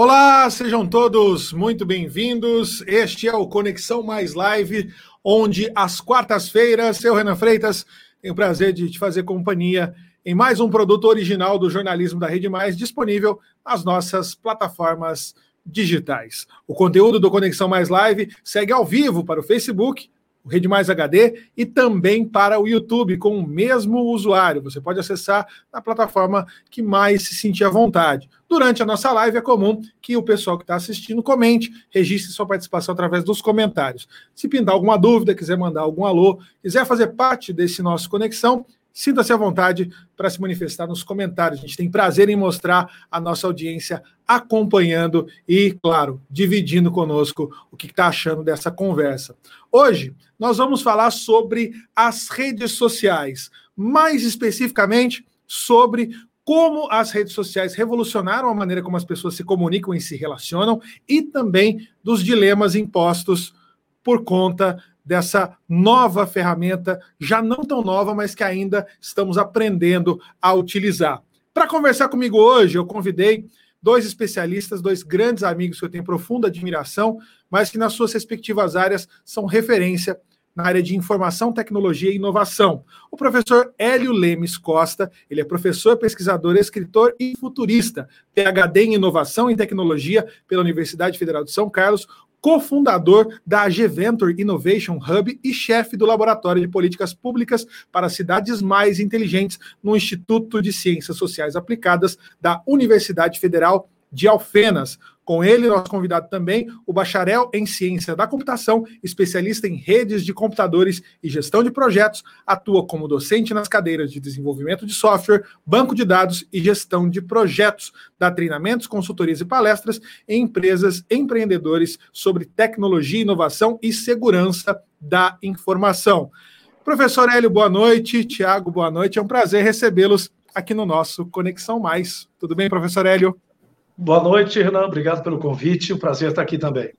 Olá, sejam todos muito bem-vindos. Este é o Conexão Mais Live, onde às quartas-feiras, eu, Renan Freitas, tenho o prazer de te fazer companhia em mais um produto original do jornalismo da Rede Mais, disponível nas nossas plataformas digitais. O conteúdo do Conexão Mais Live segue ao vivo para o Facebook, o Rede Mais HD, e também para o YouTube com o mesmo usuário. Você pode acessar na plataforma que mais se sentir à vontade. Durante a nossa live é comum que o pessoal que está assistindo comente, registre sua participação através dos comentários. Se pintar alguma dúvida, quiser mandar algum alô, quiser fazer parte desse nosso Conexão, sinta-se à vontade para se manifestar nos comentários. A gente tem prazer em mostrar a nossa audiência acompanhando e, claro, dividindo conosco o que está achando dessa conversa. Hoje, nós vamos falar sobre as redes sociais, mais especificamente sobre como as redes sociais revolucionaram a maneira como as pessoas se comunicam e se relacionam e também dos dilemas impostos por conta dessa nova ferramenta, já não tão nova, mas que ainda estamos aprendendo a utilizar. Para conversar comigo hoje, eu convidei dois especialistas, dois grandes amigos que eu tenho profunda admiração, mas que nas suas respectivas áreas são referência na área de informação, tecnologia e inovação. O professor Hélio Lemes Costa, ele é professor, pesquisador, escritor e futurista, PhD em inovação e tecnologia pela Universidade Federal de São Carlos, cofundador da AG Venture Innovation Hub e chefe do Laboratório de Políticas Públicas para Cidades Mais Inteligentes no Instituto de Ciências Sociais Aplicadas da Universidade Federal de Alfenas. Com ele, nosso convidado também, o bacharel em Ciência da Computação, especialista em redes de computadores e gestão de projetos, atua como docente nas cadeiras de desenvolvimento de software, banco de dados e gestão de projetos, dá treinamentos, consultorias e palestras em empresas, empreendedores sobre tecnologia, inovação e segurança da informação. Professor Hélio, boa noite. Tiago, boa noite. É um prazer recebê-los aqui no nosso Conexão Mais. Tudo bem, professor Hélio? Boa noite, Renan. Obrigado pelo convite. Um prazer estar aqui também.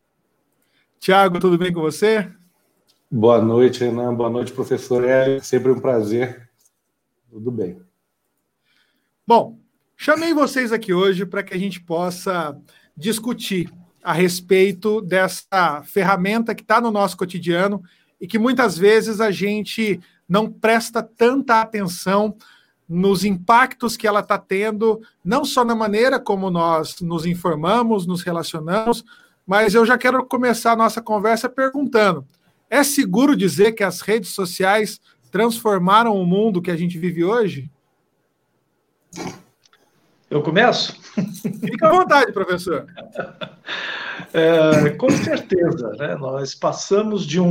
Tiago, tudo bem com você? Boa noite, Renan. Boa noite, professor Hélio. Sempre um prazer. Tudo bem. Bom, chamei vocês aqui hoje para que a gente possa discutir a respeito dessa ferramenta que está no nosso cotidiano e que muitas vezes a gente não presta tanta atenção nos impactos que ela está tendo, não só na maneira como nós nos informamos, nos relacionamos, mas eu já quero começar a nossa conversa perguntando: é seguro dizer que as redes sociais transformaram o mundo que a gente vive hoje? Eu começo? Fica à vontade, professor. Com certeza, né? Nós passamos de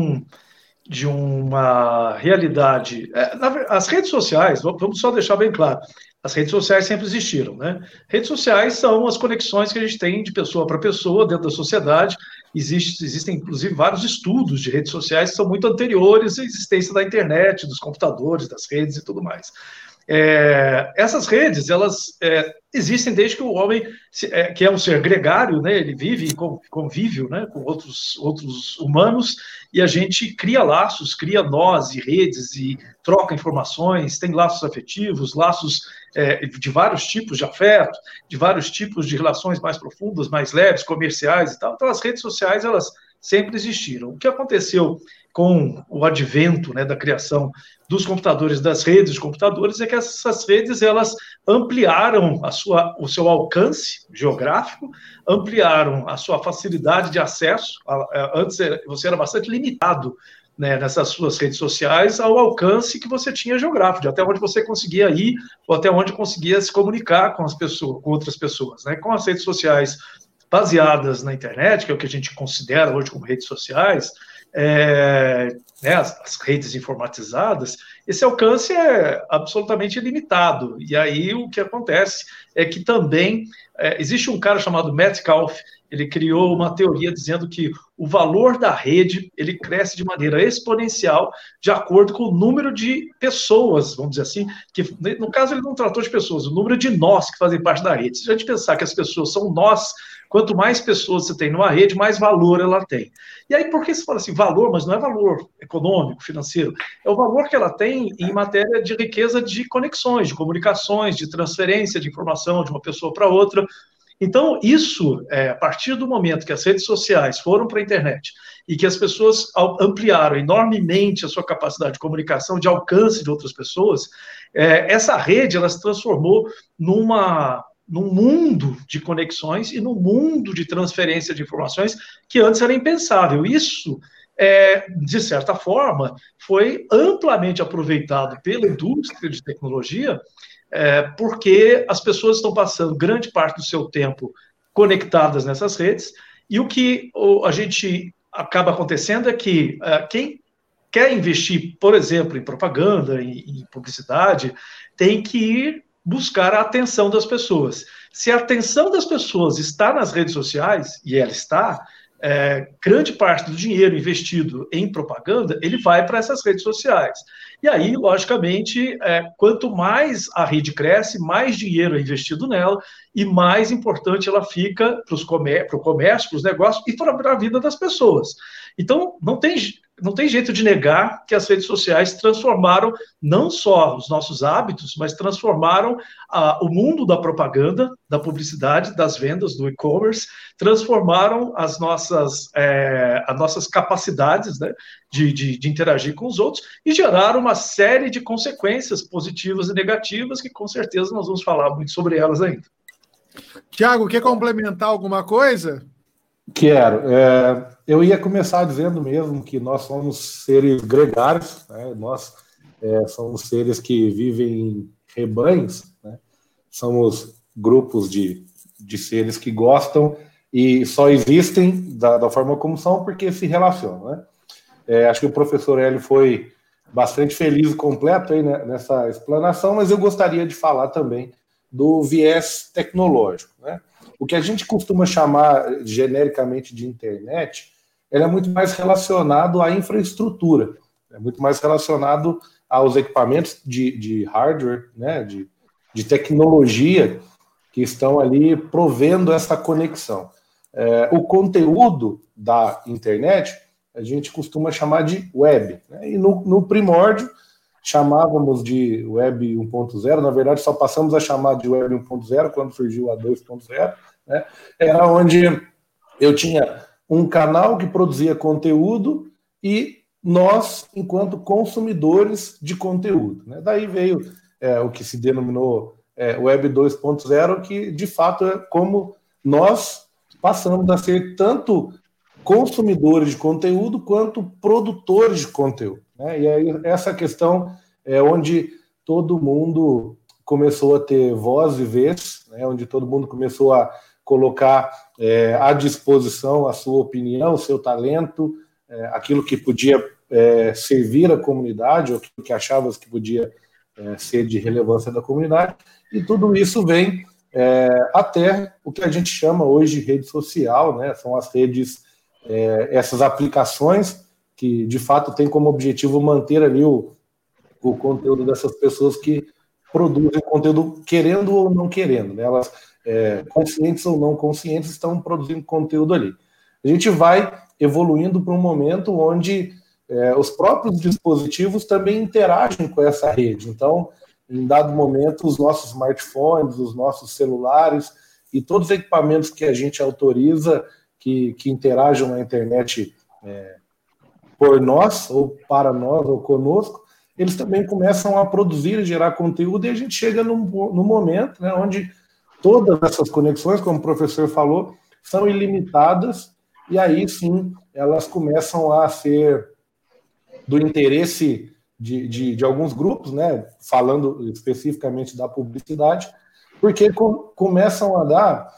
uma realidade. As redes sociais, vamos só deixar bem claro, as redes sociais sempre existiram, né? Redes sociais são as conexões que a gente tem de pessoa para pessoa dentro da sociedade. Existem, inclusive, vários estudos de redes sociais que são muito anteriores à existência da internet, dos computadores, das redes e tudo mais. Essas redes, elas existem desde que o homem, que é um ser gregário, né, ele vive e convive, né, com outros humanos, e a gente cria laços, cria nós e redes e troca informações, tem laços afetivos, laços de vários tipos de afeto, de vários tipos de relações mais profundas, mais leves, comerciais e tal. Então, as redes sociais, elas sempre existiram. O que aconteceu com o advento, né, da criação dos computadores, das redes de computadores, é que essas redes, elas ampliaram o seu alcance geográfico, ampliaram a sua facilidade de acesso. Antes você era bastante limitado, né, nessas suas redes sociais ao alcance que você tinha geográfico, de até onde você conseguia ir ou até onde conseguia se comunicar com as pessoas, com outras pessoas, né? Com as redes sociais baseadas na internet, que é o que a gente considera hoje como redes sociais, né, as redes informatizadas, esse alcance é absolutamente ilimitado. E aí o que acontece é que também existe um cara chamado Metcalfe, ele criou uma teoria dizendo que o valor da rede, ele cresce de maneira exponencial de acordo com o número de pessoas, vamos dizer assim, que no caso ele não tratou de pessoas, o número de nós que fazem parte da rede. Se a gente pensar que as pessoas são nós, quanto mais pessoas você tem numa rede, mais valor ela tem. E aí, por que você fala assim, valor, mas não é valor econômico, financeiro, é o valor que ela tem em matéria de riqueza de conexões, de comunicações, de transferência de informação de uma pessoa para outra. Então, isso, a partir do momento que as redes sociais foram para a internet e que as pessoas ampliaram enormemente a sua capacidade de comunicação, de alcance de outras pessoas, essa rede ela se transformou num mundo de conexões e num mundo de transferência de informações que antes era impensável. Isso, de certa forma, foi amplamente aproveitado pela indústria de tecnologia, porque as pessoas estão passando grande parte do seu tempo conectadas nessas redes, e o que a gente acaba acontecendo é que quem quer investir, por exemplo, em propaganda, em publicidade, tem que ir buscar a atenção das pessoas. Se a atenção das pessoas está nas redes sociais, e ela está, grande parte do dinheiro investido em propaganda, ele vai para essas redes sociais. E aí, logicamente, quanto mais a rede cresce, mais dinheiro é investido nela e mais importante ela fica para o comércio, para os negócios e para a vida das pessoas. Então, não tem jeito de negar que as redes sociais transformaram não só os nossos hábitos, mas transformaram o mundo da propaganda, da publicidade, das vendas, do e-commerce, transformaram as nossas capacidades, né, de interagir com os outros e geraram uma série de consequências positivas e negativas que, com certeza, nós vamos falar muito sobre elas ainda. Tiago, quer complementar alguma coisa? Quero. Eu ia começar dizendo mesmo que nós somos seres gregários, né? Nós somos seres que vivem em rebanhos, né? Somos grupos de seres que gostam e só existem da forma como são porque se relacionam, né? Acho que o professor Hélio foi bastante feliz e completo aí, né, nessa explanação, mas eu gostaria de falar também do viés tecnológico, né? O que a gente costuma chamar genericamente de internet, ele é muito mais relacionado à infraestrutura, é muito mais relacionado aos equipamentos de hardware, né, de tecnologia que estão ali provendo essa conexão. O conteúdo da internet a gente costuma chamar de web, né? E no primórdio chamávamos de web 1.0, na verdade só passamos a chamar de web 1.0 quando surgiu a 2.0, né? Era onde eu tinha um canal que produzia conteúdo e nós, enquanto consumidores de conteúdo, né? Daí veio o que se denominou web 2.0, que de fato é como nós passamos a ser tanto consumidores de conteúdo quanto produtores de conteúdo, né? E aí essa questão é onde todo mundo começou a ter voz e vez, né? Onde todo mundo começou a colocar à disposição a sua opinião, o seu talento, aquilo que podia servir à comunidade, ou aquilo que achava que podia ser de relevância da comunidade, e tudo isso vem até o que a gente chama hoje de rede social, né? São as redes, essas aplicações que de fato têm como objetivo manter ali o conteúdo dessas pessoas que produzem conteúdo querendo ou não querendo, né? Elas, conscientes ou não conscientes, estão produzindo conteúdo ali. A gente vai evoluindo para um momento onde os próprios dispositivos também interagem com essa rede. Então, em dado momento, os nossos smartphones, os nossos celulares e todos os equipamentos que a gente autoriza que interajam na internet por nós, ou para nós, ou conosco, eles também começam a produzir e gerar conteúdo, e a gente chega no momento, né, onde todas essas conexões, como o professor falou, são ilimitadas, e aí sim elas começam a ser do interesse de alguns grupos, né, falando especificamente da publicidade, porque começam a dar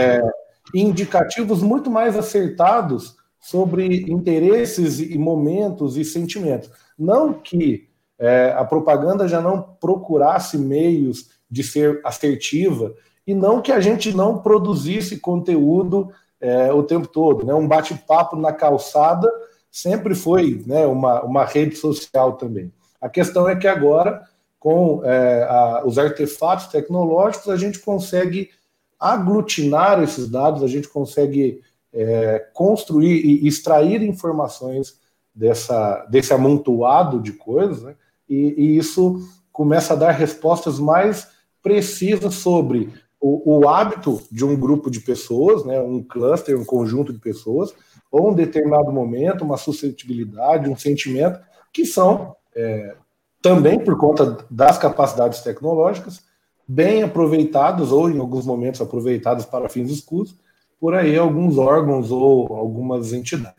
indicativos muito mais acertados sobre interesses e momentos e sentimentos. Não que a propaganda já não procurasse meios de ser assertiva e não que a gente não produzisse conteúdo o tempo todo, né? Um bate-papo na calçada sempre foi, né, uma rede social também. A questão é que agora, com os artefatos tecnológicos, a gente consegue aglutinar esses dados, a gente consegue construir e extrair informações desse amontoado de coisas, né? E isso começa a dar respostas mais precisas sobre o hábito de um grupo de pessoas, né, um cluster, um conjunto de pessoas, ou um determinado momento, uma suscetibilidade, um sentimento, que são, também por conta das capacidades tecnológicas, bem aproveitados, ou em alguns momentos aproveitados para fins escusos, por aí alguns órgãos ou algumas entidades.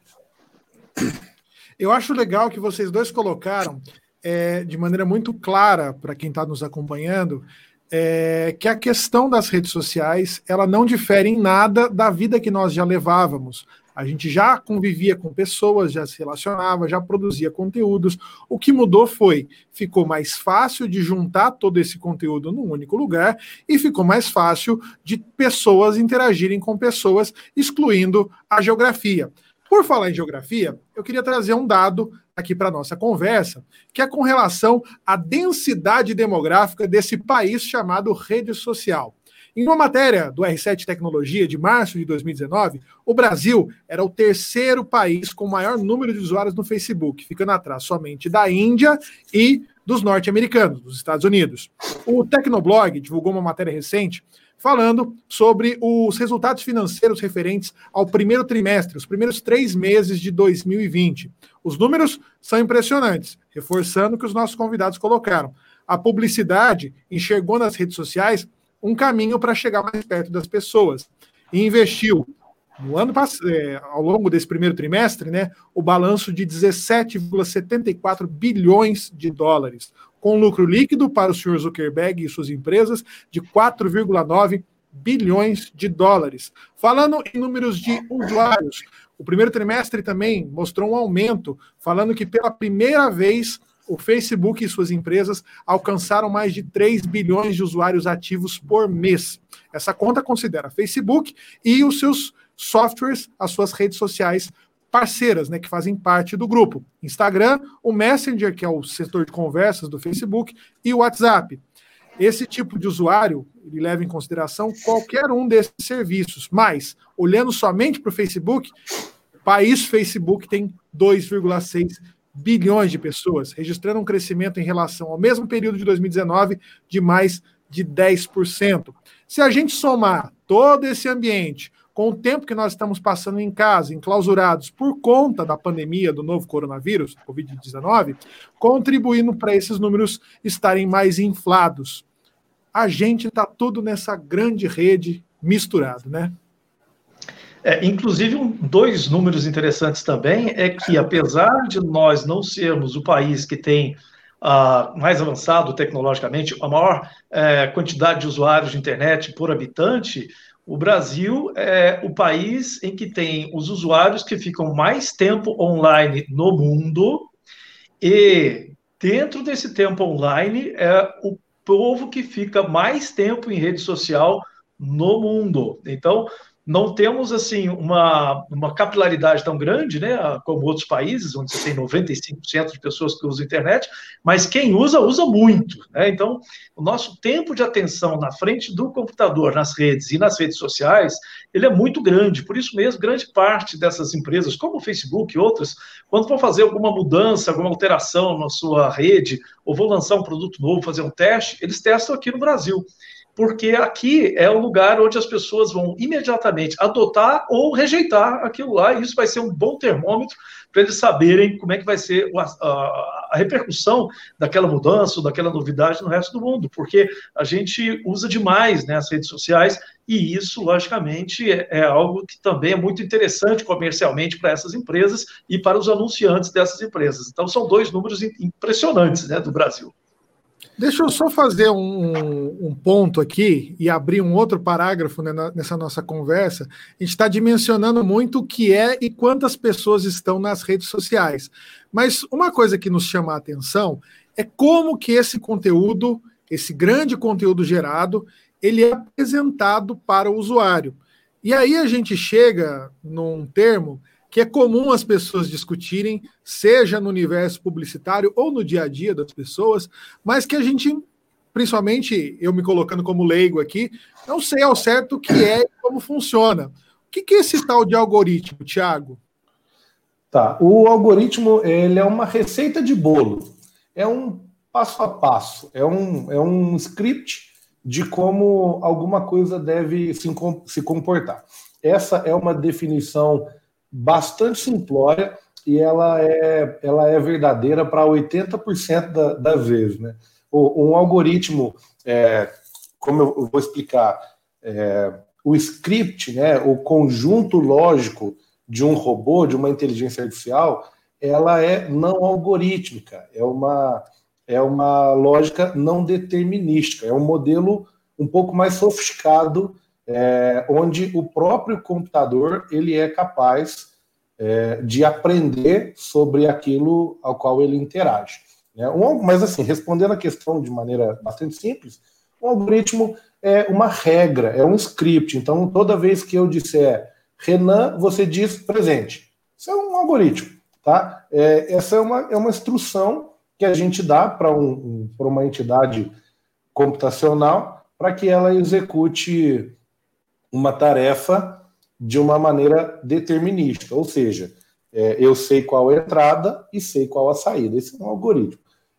Eu acho legal que vocês dois colocaram de maneira muito clara para quem está nos acompanhando, que a questão das redes sociais ela não difere em nada da vida que nós já levávamos. A gente já convivia com pessoas, já se relacionava, já produzia conteúdos. O que mudou ficou mais fácil de juntar todo esse conteúdo num único lugar e ficou mais fácil de pessoas interagirem com pessoas, excluindo a geografia. Por falar em geografia, eu queria trazer um dado aqui para a nossa conversa, que é com relação à densidade demográfica desse país chamado rede social. Em uma matéria do R7 Tecnologia de março de 2019, o Brasil era o terceiro país com maior número de usuários no Facebook, ficando atrás somente da Índia e dos norte-americanos, dos Estados Unidos. O Tecnoblog divulgou uma matéria recente falando sobre os resultados financeiros referentes ao primeiro trimestre, os primeiros 3 meses de 2020. Os números são impressionantes, reforçando o que os nossos convidados colocaram. A publicidade enxergou nas redes sociais um caminho para chegar mais perto das pessoas e investiu no ano passado, ao longo desse primeiro trimestre, né, o balanço de 17,74 bilhões de dólares, com lucro líquido para o Sr. Zuckerberg e suas empresas de 4,9 bilhões de dólares. Falando em números de usuários, o primeiro trimestre também mostrou um aumento, falando que pela primeira vez o Facebook e suas empresas alcançaram mais de 3 bilhões de usuários ativos por mês. Essa conta considera Facebook e os seus softwares, as suas redes sociais parceiras, né, que fazem parte do grupo. Instagram, o Messenger, que é o setor de conversas do Facebook, e o WhatsApp. Esse tipo de usuário, ele leva em consideração qualquer um desses serviços, mas, olhando somente para o Facebook, o país Facebook tem 2,6 bilhões de pessoas, registrando um crescimento em relação ao mesmo período de 2019 de mais de 10%. Se a gente somar todo esse ambiente com o tempo que nós estamos passando em casa, enclausurados por conta da pandemia do novo coronavírus, Covid-19, contribuindo para esses números estarem mais inflados. A gente está tudo nessa grande rede misturado, né? Inclusive, dois números interessantes também é que, apesar de nós não sermos o país que tem mais avançado tecnologicamente, a maior quantidade de usuários de internet por habitante, o Brasil é o país em que tem os usuários que ficam mais tempo online no mundo e, dentro desse tempo online, é o povo que fica mais tempo em rede social no mundo. Então, não temos assim uma capilaridade tão grande, né, como outros países, onde você tem 95% de pessoas que usam a internet, mas quem usa muito, né? Então, o nosso tempo de atenção na frente do computador, nas redes e nas redes sociais, ele é muito grande. Por isso mesmo, grande parte dessas empresas, como o Facebook e outras, quando vão fazer alguma mudança, alguma alteração na sua rede, ou vão lançar um produto novo, fazer um teste, eles testam aqui no Brasil. Porque aqui é o lugar onde as pessoas vão imediatamente adotar ou rejeitar aquilo lá, e isso vai ser um bom termômetro para eles saberem como é que vai ser a repercussão daquela mudança, daquela novidade no resto do mundo, porque a gente usa demais, né, as redes sociais, e isso, logicamente, é algo que também é muito interessante comercialmente para essas empresas e para os anunciantes dessas empresas. Então, são dois números impressionantes, né, do Brasil. Deixa eu só fazer um ponto aqui e abrir um outro parágrafo, né, nessa nossa conversa. A gente está dimensionando muito o que é e quantas pessoas estão nas redes sociais. Mas uma coisa que nos chama a atenção é como que esse conteúdo, esse grande conteúdo gerado, ele é apresentado para o usuário. E aí a gente chega num termo que é comum as pessoas discutirem, seja no universo publicitário ou no dia a dia das pessoas, mas que a gente, principalmente eu me colocando como leigo aqui, não sei ao certo o que é e como funciona. O que é esse tal de algoritmo, Thiago? Tá, o algoritmo ele é uma receita de bolo, é um passo a passo, é um script de como alguma coisa deve se comportar. Essa é uma definição bastante simplória e ela é verdadeira para 80% das vezes, né? Um algoritmo, como eu vou explicar, o script, né, o conjunto lógico de um robô, de uma inteligência artificial, ela é não algorítmica, é uma lógica não determinística, é um modelo um pouco mais sofisticado, onde o próprio computador ele é capaz de aprender sobre aquilo ao qual ele interage. Né? Mas, assim, respondendo a questão de maneira bastante simples, um algoritmo é uma regra, é um script. Então, toda vez que eu disser Renan, você diz presente. Isso é um algoritmo. Tá? Essa é uma instrução que a gente dá para uma entidade computacional para que ela execute uma tarefa de uma maneira determinística, ou seja, eu sei qual é a entrada e sei qual a saída. Esse é um algoritmo.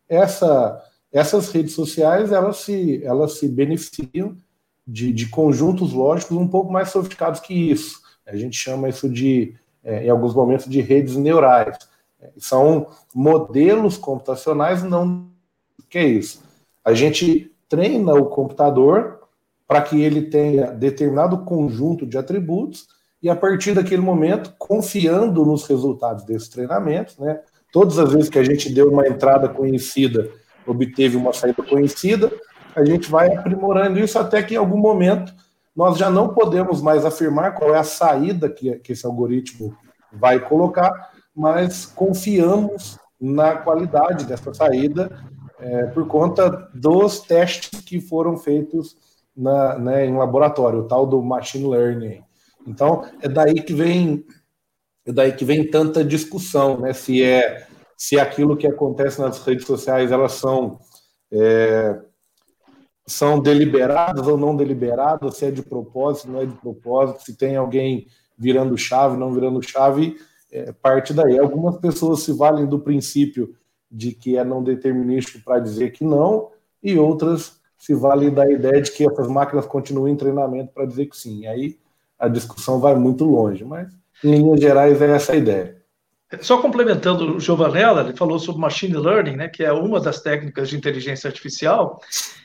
Essas redes sociais, elas se beneficiam de conjuntos lógicos um pouco mais sofisticados que isso. A gente chama isso em alguns momentos, de redes neurais. São modelos computacionais, não... O que é isso? A gente treina o computador para que ele tenha determinado conjunto de atributos e, a partir daquele momento, confiando nos resultados desses treinamentos, né? Todas as vezes que a gente deu uma entrada conhecida, obteve uma saída conhecida, a gente vai aprimorando isso até que, em algum momento, nós já não podemos mais afirmar qual é a saída que esse algoritmo vai colocar, mas confiamos na qualidade dessa saída por conta dos testes que foram feitos em laboratório, o tal do machine learning. Então, é daí que vem tanta discussão, né? Se aquilo que acontece nas redes sociais, elas são deliberadas ou não deliberadas, se é de propósito, não é de propósito, se tem alguém virando chave, não virando chave, parte daí. Algumas pessoas se valem do princípio de que é não determinístico para dizer que não, e outras se valem da ideia de que essas máquinas continuem em treinamento para dizer que sim. E aí a discussão vai muito longe, mas em linhas gerais é essa a ideia. Só complementando o Giovanella, ele falou sobre machine learning, né, que é uma das técnicas de inteligência artificial.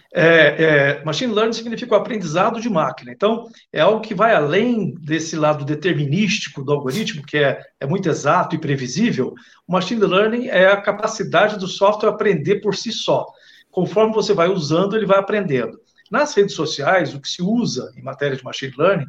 Machine learning significa o aprendizado de máquina. Então, é algo que vai além desse lado determinístico do algoritmo, que é muito exato e previsível. O machine learning é a capacidade do software aprender por si só. Conforme você vai usando, ele vai aprendendo. Nas redes sociais, o que se usa em matéria de machine learning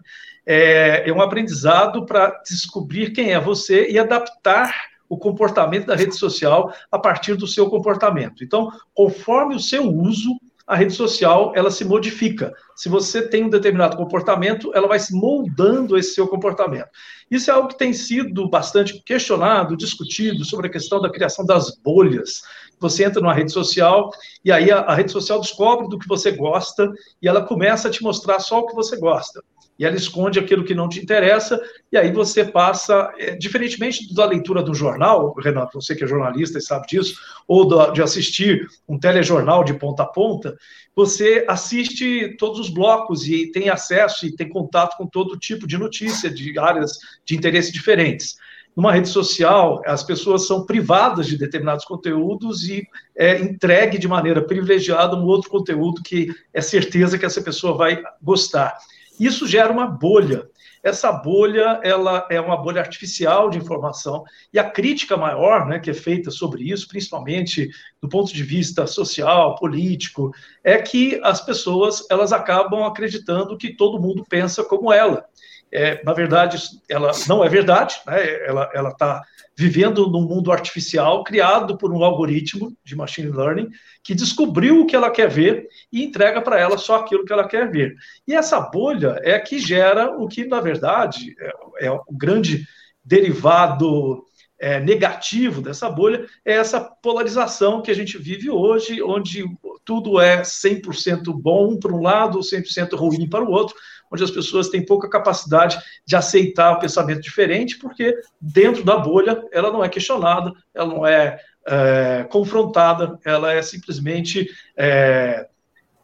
é um aprendizado para descobrir quem é você e adaptar o comportamento da rede social a partir do seu comportamento. Então, conforme o seu uso, a rede social ela se modifica. Se você tem um determinado comportamento, ela vai se moldando esse seu comportamento. Isso é algo que tem sido bastante questionado, discutido, sobre a questão da criação das bolhas. Você entra numa rede social e aí a rede social descobre do que você gosta e ela começa a te mostrar só o que você gosta. E ela esconde aquilo que não te interessa, e aí você passa, diferentemente da leitura do jornal, Renato, você que é jornalista e sabe disso, ou de assistir um telejornal de ponta a ponta, você assiste todos os blocos e tem acesso e tem contato com todo tipo de notícia, de áreas de interesse diferentes. Numa rede social, as pessoas são privadas de determinados conteúdos e é entregue de maneira privilegiada um outro conteúdo que é certeza que essa pessoa vai gostar. Isso gera uma bolha. Essa bolha, ela é uma bolha artificial de informação, e a crítica maior, né, que é feita sobre isso, principalmente do ponto de vista social, político, é que as pessoas elas acabam acreditando que todo mundo pensa como ela. Na verdade, ela não é verdade, né? Ela está vivendo num mundo artificial criado por um algoritmo de machine learning que descobriu o que ela quer ver e entrega para ela só aquilo que ela quer ver. E essa bolha é que gera o que, na verdade, é o grande derivado negativo dessa bolha, é essa polarização que a gente vive hoje, onde tudo é 100% bom para um lado ou 100% ruim para o outro, onde as pessoas têm pouca capacidade de aceitar o pensamento diferente, porque dentro da bolha ela não é questionada, ela não é confrontada, ela é simplesmente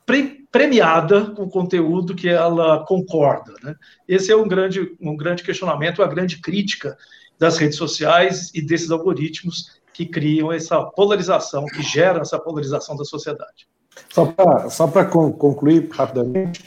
premiada com o conteúdo que ela concorda, né? Esse é um grande questionamento, uma grande crítica das redes sociais e desses algoritmos que criam essa polarização, que geram essa polarização da sociedade. Só para concluir rapidamente,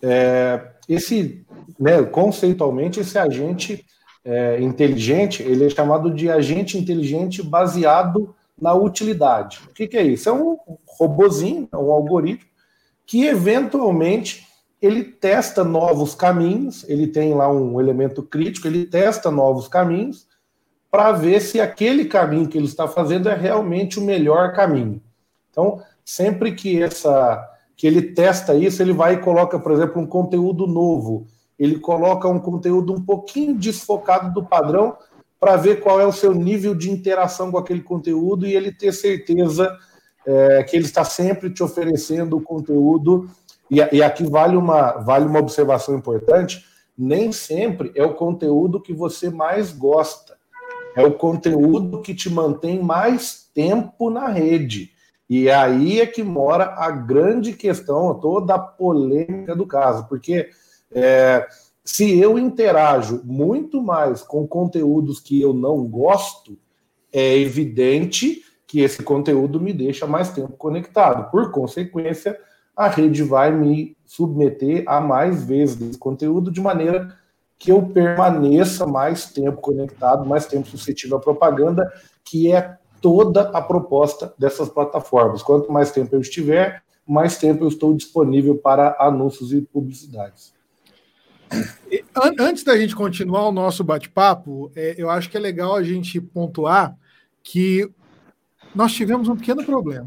conceitualmente, esse agente inteligente, ele é chamado de agente inteligente baseado na utilidade. O que é isso? É um robozinho, um algoritmo, que eventualmente ele testa novos caminhos, ele tem lá um elemento crítico, ele testa novos caminhos para ver se aquele caminho que ele está fazendo é realmente o melhor caminho. Então, sempre que ele testa isso, ele vai e coloca, por exemplo, um conteúdo novo, ele coloca um conteúdo um pouquinho desfocado do padrão para ver qual é o seu nível de interação com aquele conteúdo e ele ter certeza que ele está sempre te oferecendo o conteúdo. E aqui vale uma observação importante: nem sempre é o conteúdo que você mais gosta, é o conteúdo que te mantém mais tempo na rede. E aí é que mora a grande questão, toda a polêmica do caso, porque se eu interajo muito mais com conteúdos que eu não gosto, é evidente que esse conteúdo me deixa mais tempo conectado. Por consequência, a rede vai me submeter a mais vezes desse conteúdo, de maneira que eu permaneça mais tempo conectado, mais tempo suscetível à propaganda, que é toda a proposta dessas plataformas. Quanto mais tempo eu estiver, mais tempo eu estou disponível para anúncios e publicidades. Antes da gente continuar o nosso bate-papo, eu acho que é legal a gente pontuar que nós tivemos um pequeno problema.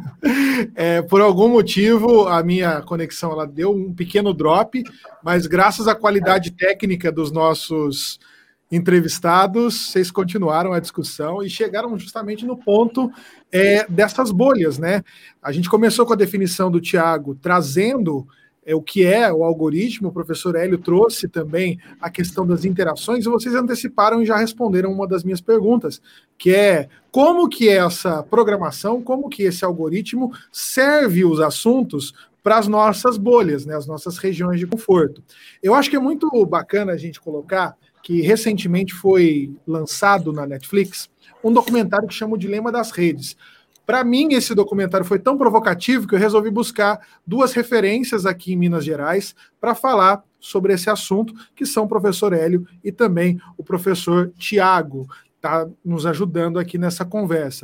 Por algum motivo, a minha conexão ela deu um pequeno drop, mas graças à qualidade técnica dos nossos entrevistados, vocês continuaram a discussão e chegaram justamente no ponto dessas bolhas, né? A gente começou com a definição do Thiago, trazendo o que é o algoritmo, o professor Hélio trouxe também a questão das interações, e vocês anteciparam e já responderam uma das minhas perguntas, que é como que essa programação, como que esse algoritmo serve os assuntos para as nossas bolhas, né, as nossas regiões de conforto. Eu acho que é muito bacana a gente colocar que recentemente foi lançado na Netflix um documentário que chama O Dilema das Redes. Para mim, esse documentário foi tão provocativo que eu resolvi buscar duas referências aqui em Minas Gerais para falar sobre esse assunto, que são o professor Hélio e também o professor Tiago, está nos ajudando aqui nessa conversa.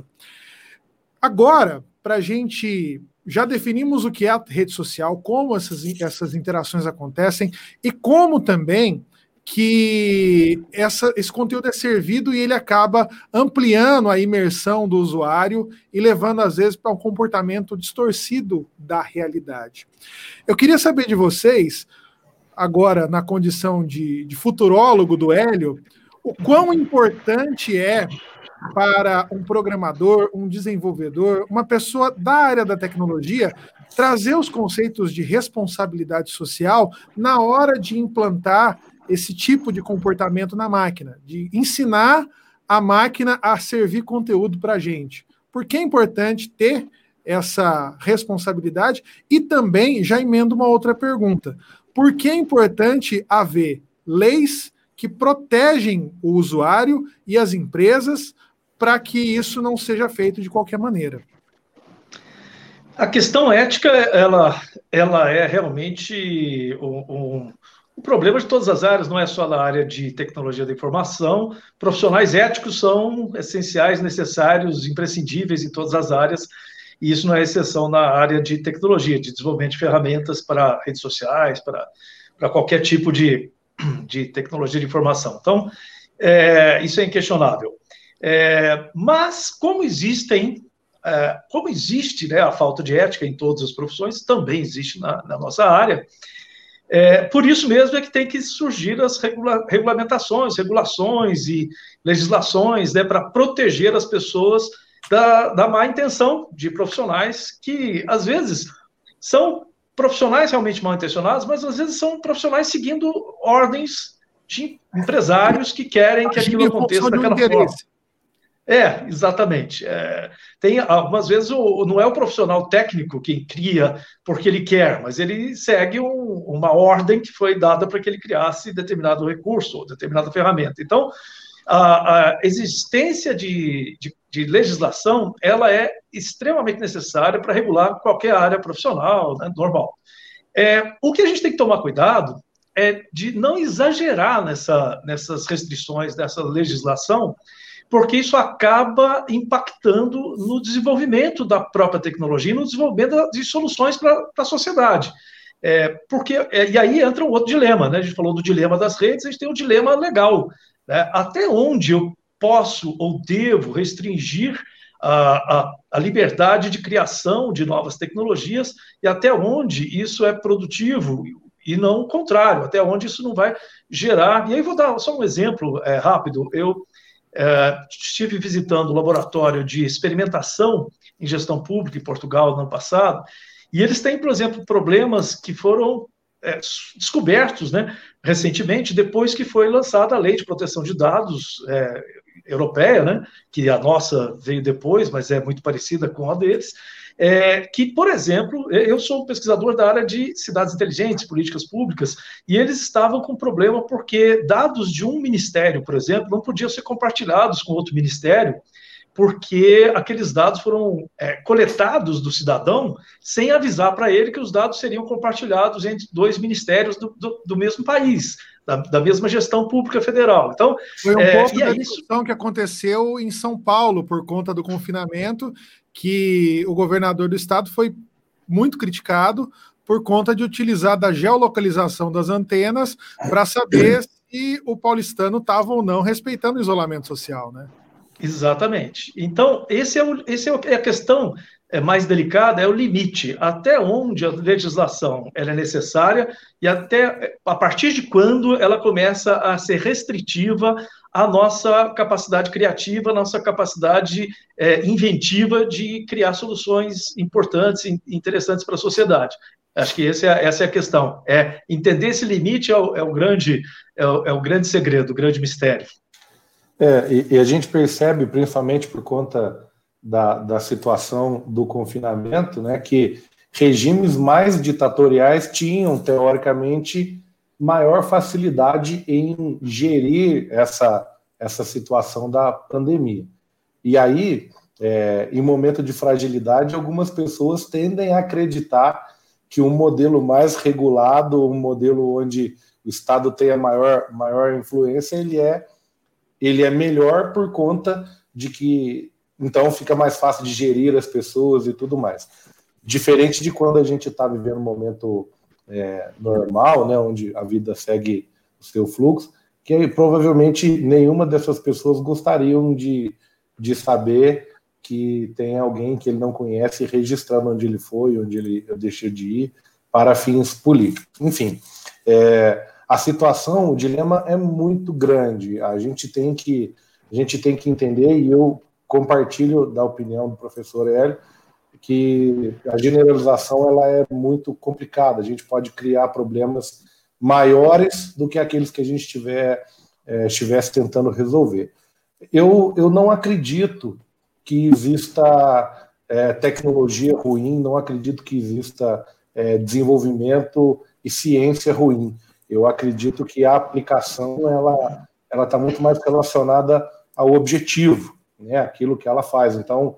Agora, para a gente... Já definimos o que é a rede social, como essas interações acontecem e como também que esse conteúdo é servido e ele acaba ampliando a imersão do usuário e levando, às vezes, para um comportamento distorcido da realidade. Eu queria saber de vocês, agora na condição de futurólogo do Hélio, o quão importante é para um programador, um desenvolvedor, uma pessoa da área da tecnologia, trazer os conceitos de responsabilidade social na hora de implantar esse tipo de comportamento na máquina, de ensinar a máquina a servir conteúdo para a gente. Por que é importante ter essa responsabilidade? E também, já emendo uma outra pergunta, por que é importante haver leis que protegem o usuário e as empresas para que isso não seja feito de qualquer maneira? A questão ética, ela é realmente o problema de todas as áreas, não é só na área de tecnologia da informação. Profissionais éticos são essenciais, necessários, imprescindíveis em todas as áreas, e isso não é exceção na área de tecnologia, de desenvolvimento de ferramentas para redes sociais, para qualquer tipo de tecnologia de informação. Então, isso é inquestionável. Mas, como existe, né, a falta de ética em todas as profissões, também existe na nossa área. Por isso mesmo é que tem que surgir as regulações e legislações, né, para proteger as pessoas da má intenção de profissionais que, às vezes, são profissionais realmente mal intencionados, mas às vezes são profissionais seguindo ordens de empresários que querem que aquilo aconteça daquela forma. Exatamente. Tem algumas vezes não é o profissional técnico quem cria porque ele quer, mas ele segue uma ordem que foi dada para que ele criasse determinado recurso ou determinada ferramenta. Então, a existência de legislação ela é extremamente necessária para regular qualquer área profissional, né, normal. O que a gente tem que tomar cuidado é de não exagerar nessas restrições, dessa legislação, porque isso acaba impactando no desenvolvimento da própria tecnologia e no desenvolvimento de soluções para a sociedade. E aí entra um outro dilema, né? A gente falou do dilema das redes, a gente tem um dilema legal, né? Até onde eu posso ou devo restringir a liberdade de criação de novas tecnologias e até onde isso é produtivo e não o contrário, até onde isso não vai gerar... E aí vou dar só um exemplo rápido. Eu estive visitando o laboratório de experimentação em gestão pública em Portugal no ano passado, e eles têm, por exemplo, problemas que foram descobertos, né, recentemente, depois que foi lançada a Lei de Proteção de Dados europeia, né, que a nossa veio depois, mas é muito parecida com a deles, que, por exemplo, eu sou um pesquisador da área de cidades inteligentes, políticas públicas, e eles estavam com problema porque dados de um ministério, por exemplo, não podiam ser compartilhados com outro ministério, porque aqueles dados foram coletados do cidadão sem avisar para ele que os dados seriam compartilhados entre dois ministérios do mesmo país, da mesma gestão pública federal. Então, foi um pouco da discussão que aconteceu em São Paulo por conta do confinamento, que o governador do estado foi muito criticado por conta de utilizar da geolocalização das antenas para saber se o paulistano estava ou não respeitando o isolamento social, né? Exatamente. Então, esse é a questão mais delicada, é o limite, até onde a legislação ela é necessária e até a partir de quando ela começa a ser restritiva à nossa capacidade criativa, à nossa capacidade inventiva de criar soluções importantes e interessantes para a sociedade. Acho que essa é a questão. Entender esse limite é o grande segredo, o grande mistério. E a gente percebe, principalmente por conta da situação do confinamento, né, que regimes mais ditatoriais tinham, teoricamente, maior facilidade em gerir essa situação da pandemia. E aí, em momento de fragilidade, algumas pessoas tendem a acreditar que um modelo mais regulado, um modelo onde o Estado tem a maior influência, ele é melhor por conta de que, então, fica mais fácil de gerir as pessoas e tudo mais. Diferente de quando a gente está vivendo um momento normal, né, onde a vida segue o seu fluxo, que aí, provavelmente nenhuma dessas pessoas gostariam de saber que tem alguém que ele não conhece registrando onde ele foi, onde ele deixou de ir, para fins políticos. Enfim, a situação, o dilema é muito grande. A gente tem que entender, e eu compartilho da opinião do professor Hélio, que a generalização ela é muito complicada. A gente pode criar problemas maiores do que aqueles que a gente estivesse tentando resolver. Eu não acredito que exista tecnologia ruim, não acredito que exista desenvolvimento e ciência ruim. Eu acredito que a aplicação ela está muito mais relacionada ao objetivo, né, aquilo que ela faz. Então,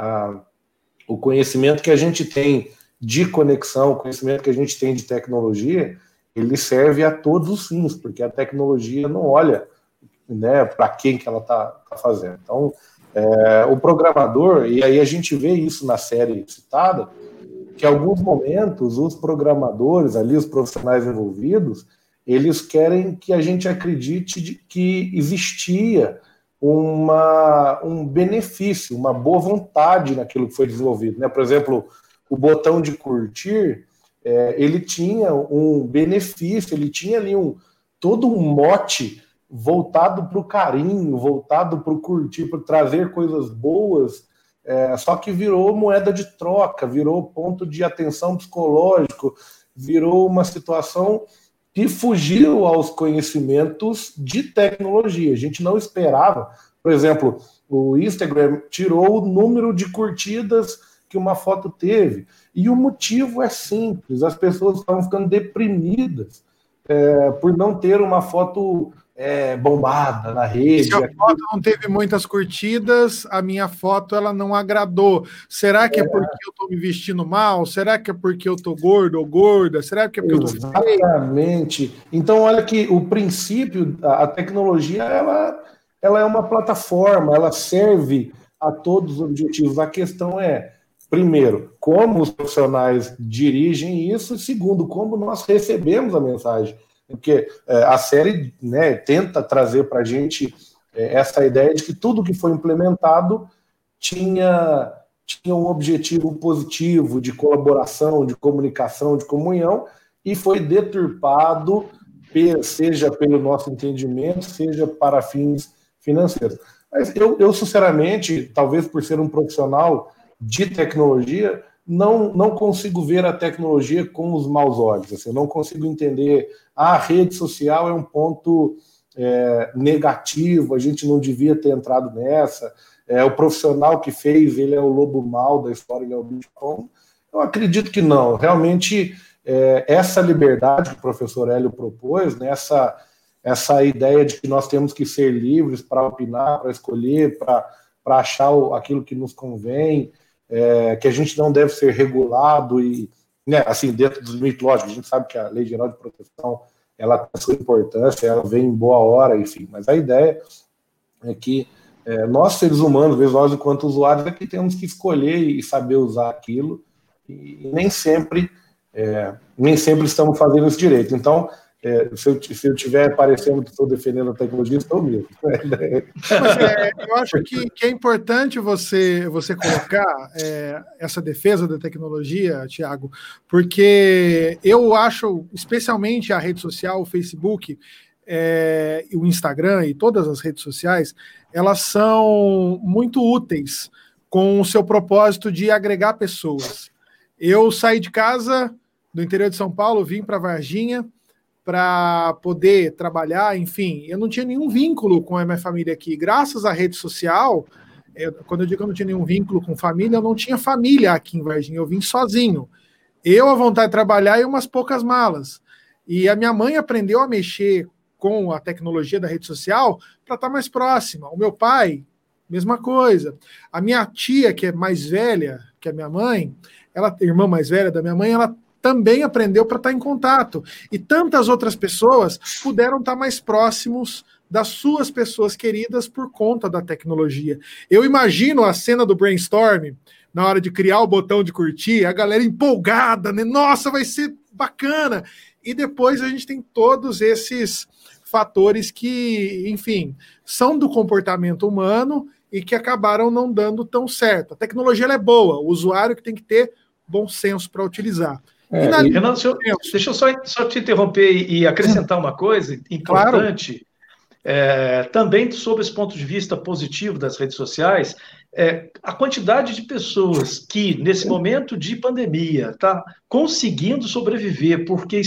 o conhecimento que a gente tem de conexão, o conhecimento que a gente tem de tecnologia, ele serve a todos os fins, porque a tecnologia não olha, né, para quem que ela está fazendo. Então, o programador, e aí a gente vê isso na série citada, que em alguns momentos os programadores ali, os profissionais envolvidos, eles querem que a gente acredite que existia um benefício, uma boa vontade naquilo que foi desenvolvido, né? Por exemplo, o botão de curtir, ele tinha um benefício, ele tinha ali todo um mote voltado para o carinho, voltado para o curtir, para trazer coisas boas, só que virou moeda de troca, virou ponto de atenção psicológico, virou uma situação que fugiu aos conhecimentos de tecnologia. A gente não esperava. Por exemplo, o Instagram tirou o número de curtidas que uma foto teve. E o motivo é simples, as pessoas estavam ficando deprimidas por não ter uma foto bombada na rede. Se a foto não teve muitas curtidas, a minha foto ela não agradou. Será que é porque eu estou me vestindo mal? Será que é porque eu estou gordo ou gorda? Será que é porque eu estou feio? Exatamente. Então, olha que o princípio, a tecnologia, ela é uma plataforma, ela serve a todos os objetivos. A questão é, primeiro, como os profissionais dirigem isso, e segundo, como nós recebemos a mensagem. Porque a série, né, tenta trazer para a gente essa ideia de que tudo que foi implementado tinha um objetivo positivo de colaboração, de comunicação, de comunhão, e foi deturpado, seja pelo nosso entendimento, seja para fins financeiros. Mas eu sinceramente, talvez por ser um profissional de tecnologia, não consigo ver a tecnologia com os maus olhos. Assim, eu não consigo entender a rede social é um ponto negativo, a gente não devia ter entrado nessa. O profissional que fez, ele é o lobo mau da história, ele é o bicho bom. Eu acredito que não. Realmente, essa liberdade que o professor Hélio propôs, né, essa ideia de que nós temos que ser livres para opinar, para escolher, para achar aquilo que nos convém, que a gente não deve ser regulado e, né, assim, dentro dos limites, lógico, a gente sabe que a Lei Geral de Proteção ela tem a sua importância, ela vem em boa hora, enfim, mas a ideia é que nós, seres humanos, nós, enquanto usuários, é que temos que escolher e saber usar aquilo, e nem sempre estamos fazendo isso direito. Então, se eu estiver parecendo que estou defendendo a tecnologia, estou mesmo. Mas, eu acho que é importante você colocar essa defesa da tecnologia, Thiago, porque eu acho, especialmente a rede social, o Facebook, o Instagram e todas as redes sociais, elas são muito úteis com o seu propósito de agregar pessoas. Eu saí de casa do interior de São Paulo, vim para Varginha para poder trabalhar, enfim, eu não tinha nenhum vínculo com a minha família aqui. Graças à rede social, quando eu digo que eu não tinha nenhum vínculo com família, eu não tinha família aqui em Varginha, eu vim sozinho. Eu, à vontade de trabalhar, e umas poucas malas. E a minha mãe aprendeu a mexer com a tecnologia da rede social para estar mais próxima. O meu pai, mesma coisa. A minha tia, que é mais velha que a minha mãe, irmã mais velha da minha mãe, ela também aprendeu para estar em contato. E tantas outras pessoas puderam estar mais próximos das suas pessoas queridas por conta da tecnologia. Eu imagino a cena do brainstorm, na hora de criar o botão de curtir, a galera empolgada, né? Nossa, vai ser bacana! E depois a gente tem todos esses fatores que, enfim, são do comportamento humano e que acabaram não dando tão certo. A tecnologia ela é boa, o usuário que tem que ter bom senso para utilizar. Renato, deixa eu só te interromper e acrescentar uma coisa importante, claro. Também sobre esse ponto de vista positivo das redes sociais, a quantidade de pessoas que, nesse momento de pandemia, está conseguindo sobreviver porque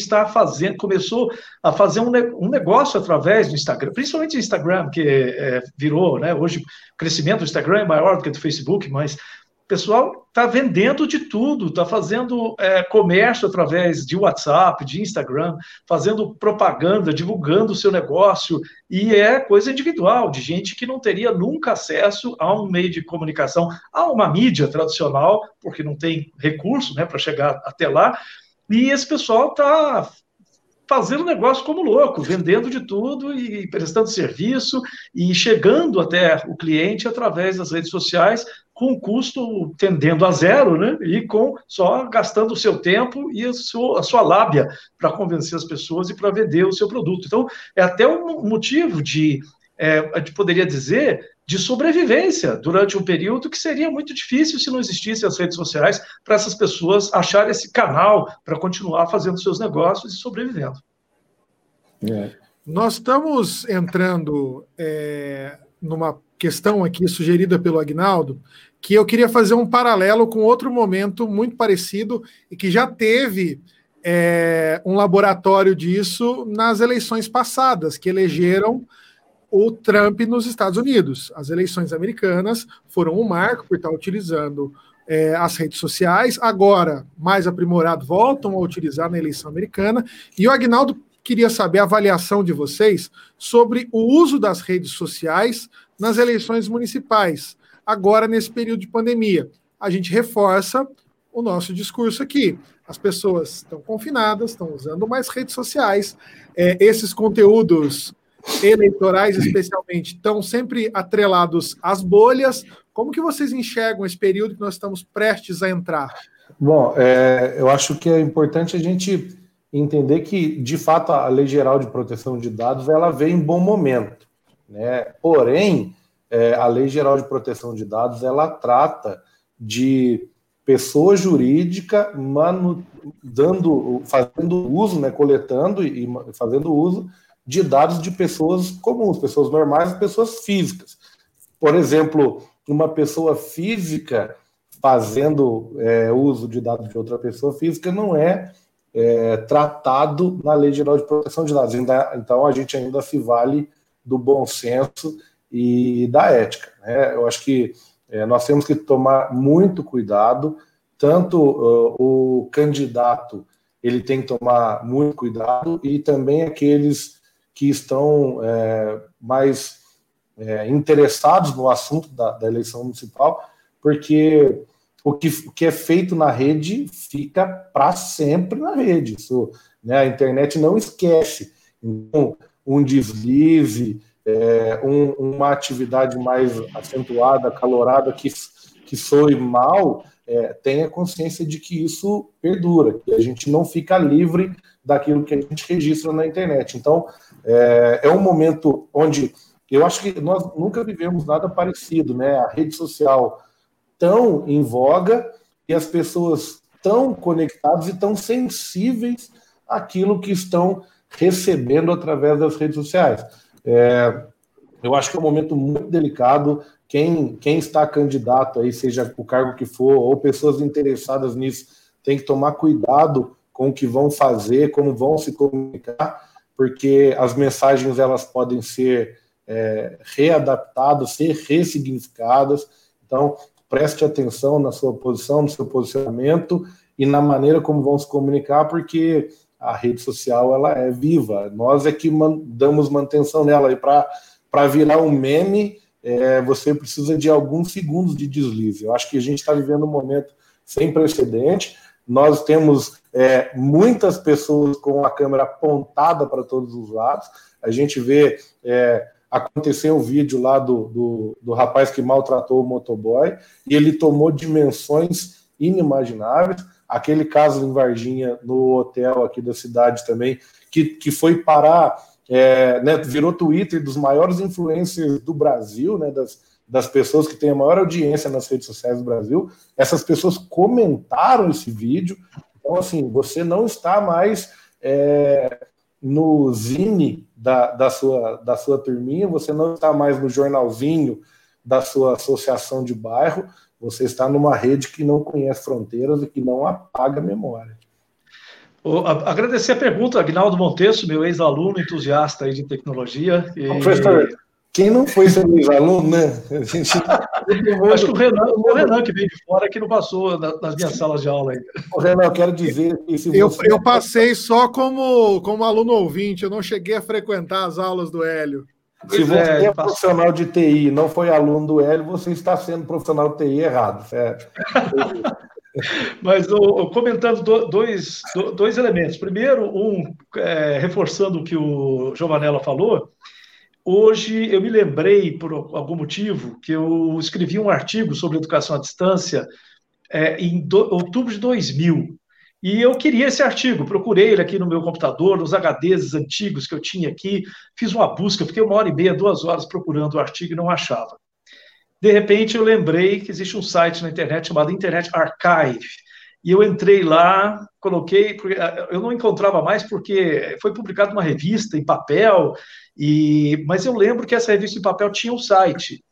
começou a fazer um negócio através do Instagram, principalmente o Instagram, que virou, né, hoje o crescimento do Instagram é maior do que do Facebook, mas o pessoal está vendendo de tudo, está fazendo comércio através de WhatsApp, de Instagram, fazendo propaganda, divulgando o seu negócio, e é coisa individual, de gente que não teria nunca acesso a um meio de comunicação, a uma mídia tradicional, porque não tem recurso, né, para chegar até lá, e esse pessoal está fazendo negócio como louco, vendendo de tudo e prestando serviço e chegando até o cliente através das redes sociais, com o custo tendendo a zero, né? E só gastando o seu tempo e a sua lábia para convencer as pessoas e para vender o seu produto. Então, é até um motivo a gente poderia dizer, de sobrevivência durante um período que seria muito difícil se não existissem as redes sociais para essas pessoas acharem esse canal para continuar fazendo seus negócios e sobrevivendo. Nós estamos entrando numa questão aqui sugerida pelo Aguinaldo, que eu queria fazer um paralelo com outro momento muito parecido e que já teve um laboratório disso nas eleições passadas, que elegeram o Trump nos Estados Unidos. As eleições americanas foram um marco por estar utilizando as redes sociais, agora, mais aprimorado, voltam a utilizar na eleição americana. E o Aguinaldo queria saber a avaliação de vocês sobre o uso das redes sociais nas eleições municipais, agora nesse período de pandemia. A gente reforça o nosso discurso aqui. As pessoas estão confinadas, estão usando mais redes sociais, esses conteúdos eleitorais, especialmente, estão sempre atrelados às bolhas. Como que vocês enxergam esse período que nós estamos prestes a entrar? Bom, eu acho que é importante a gente entender que, de fato, a Lei Geral de Proteção de Dados ela veio em bom momento, né? Porém, a Lei Geral de Proteção de Dados ela trata de pessoa jurídica fazendo uso, né, coletando e fazendo uso de dados de pessoas comuns, pessoas normais, pessoas físicas. Por exemplo, uma pessoa física fazendo uso de dados de outra pessoa física não é tratado na Lei Geral de Proteção de Dados. Então, a gente ainda se vale do bom senso e da ética, né? Eu acho que nós temos que tomar muito cuidado, tanto o candidato ele tem que tomar muito cuidado e também aqueles que estão mais interessados no assunto da eleição municipal, porque o que é feito na rede fica para sempre na rede. Isso, né, a internet não esquece. Então, um deslize, uma atividade mais acentuada, acalorada, que soe mal, tenha consciência de que isso perdura, que a gente não fica livre daquilo que a gente registra na internet. Então, é um momento onde eu acho que nós nunca vivemos nada parecido, né? A rede social tão em voga e as pessoas tão conectadas e tão sensíveis àquilo que estão recebendo através das redes sociais. Eu acho que é um momento muito delicado. Quem está candidato aí, seja o cargo que for, ou pessoas interessadas nisso, tem que tomar cuidado com o que vão fazer, como vão se comunicar, porque as mensagens elas podem ser readaptadas, ser ressignificadas. Então, preste atenção na sua posição, no seu posicionamento e na maneira como vão se comunicar, porque a rede social ela é viva. Nós é que damos manutenção nela. E para virar um meme, você precisa de alguns segundos de deslize. Eu acho que a gente está vivendo um momento sem precedente. Nós temos muitas pessoas com a câmera apontada para todos os lados. A gente vê aconteceu um vídeo lá do rapaz que maltratou o motoboy e ele tomou dimensões inimagináveis. Aquele caso em Varginha, no hotel aqui da cidade também, que foi parar, né, virou Twitter dos maiores influencers do Brasil, né, das pessoas que têm a maior audiência nas redes sociais do Brasil. Essas pessoas comentaram esse vídeo. Então, assim, você não está mais no zine da sua turminha, você não está mais no jornalzinho da sua associação de bairro, você está numa rede que não conhece fronteiras e que não apaga a memória. Agradecer a pergunta, Aguinaldo Montesso, meu ex-aluno entusiasta aí de tecnologia. Professor, quem não foi seu ex-aluno, né? Acho que o Renan que veio de fora, que não passou nas minhas salas de aula ainda. Renan, eu quero dizer que eu passei só como aluno ouvinte, eu não cheguei a frequentar as aulas do Hélio. Se você é profissional de TI e não foi aluno do Hélio, você está sendo profissional de TI errado, certo? Mas comentando dois elementos. Primeiro, reforçando o que o Giovanella falou, hoje eu me lembrei, por algum motivo, que eu escrevi um artigo sobre educação à distância em outubro de 2000. E eu queria esse artigo, procurei ele aqui no meu computador, nos HDs antigos que eu tinha aqui, fiz uma busca, fiquei 1h30, 2 horas procurando o artigo e não achava. De repente eu lembrei que existe um site na internet chamado Internet Archive, e eu entrei lá, coloquei, eu não encontrava mais porque foi publicado uma revista em papel, mas eu lembro que essa revista em papel tinha um site.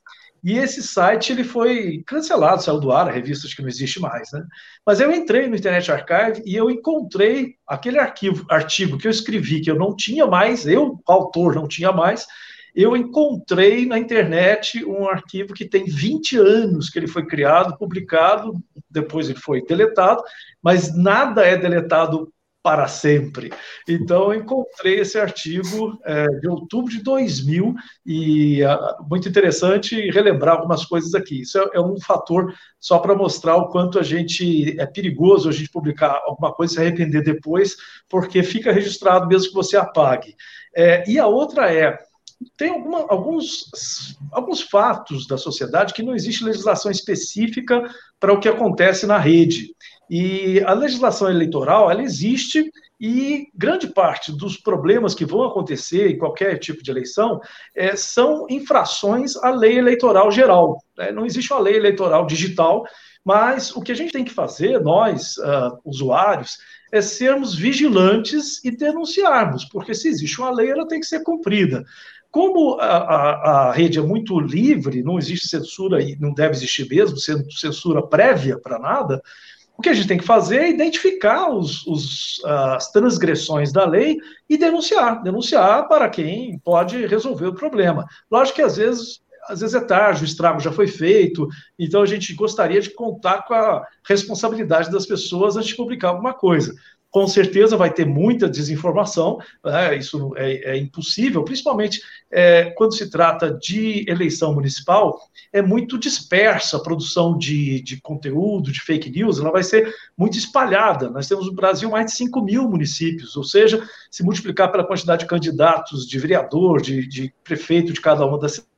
e esse site ele foi cancelado, saiu do ar, a revista acho que não existe mais, né? Mas eu entrei no Internet Archive e eu encontrei aquele artigo que eu escrevi, que eu não tinha mais, eu, autor, não tinha mais, eu encontrei na internet um arquivo que tem 20 anos que ele foi criado, publicado, depois ele foi deletado, mas nada é deletado para sempre. Então, eu encontrei esse artigo de outubro de 2000 e muito interessante relembrar algumas coisas aqui. Isso é um fator só para mostrar o quanto é perigoso a gente publicar alguma coisa e se arrepender depois, porque fica registrado mesmo que você apague. E a outra tem alguns fatos da sociedade que não existe legislação específica para o que acontece na rede. E a legislação eleitoral, ela existe e grande parte dos problemas que vão acontecer em qualquer tipo de eleição são infrações à lei eleitoral geral. Não existe uma lei eleitoral digital, mas o que a gente tem que fazer, nós, usuários, é sermos vigilantes e denunciarmos, porque se existe uma lei, ela tem que ser cumprida. Como a rede é muito livre, não existe censura e não deve existir mesmo, censura prévia para nada, o que a gente tem que fazer é identificar as transgressões da lei e denunciar para quem pode resolver o problema. Lógico que às vezes é tarde, o estrago já foi feito, então a gente gostaria de contar com a responsabilidade das pessoas antes de publicar alguma coisa. Com certeza vai ter muita desinformação, isso é impossível, principalmente quando se trata de eleição municipal, é muito dispersa a produção de conteúdo, de fake news, ela vai ser muito espalhada. Nós temos no Brasil mais de 5 mil municípios, ou seja, se multiplicar pela quantidade de candidatos, de vereador, de prefeito de cada uma das cidades.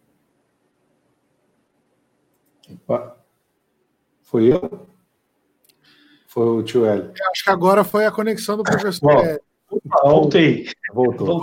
Foi eu? Foi o tio Hélio. Acho que agora foi a conexão do professor. Voltei. Voltou.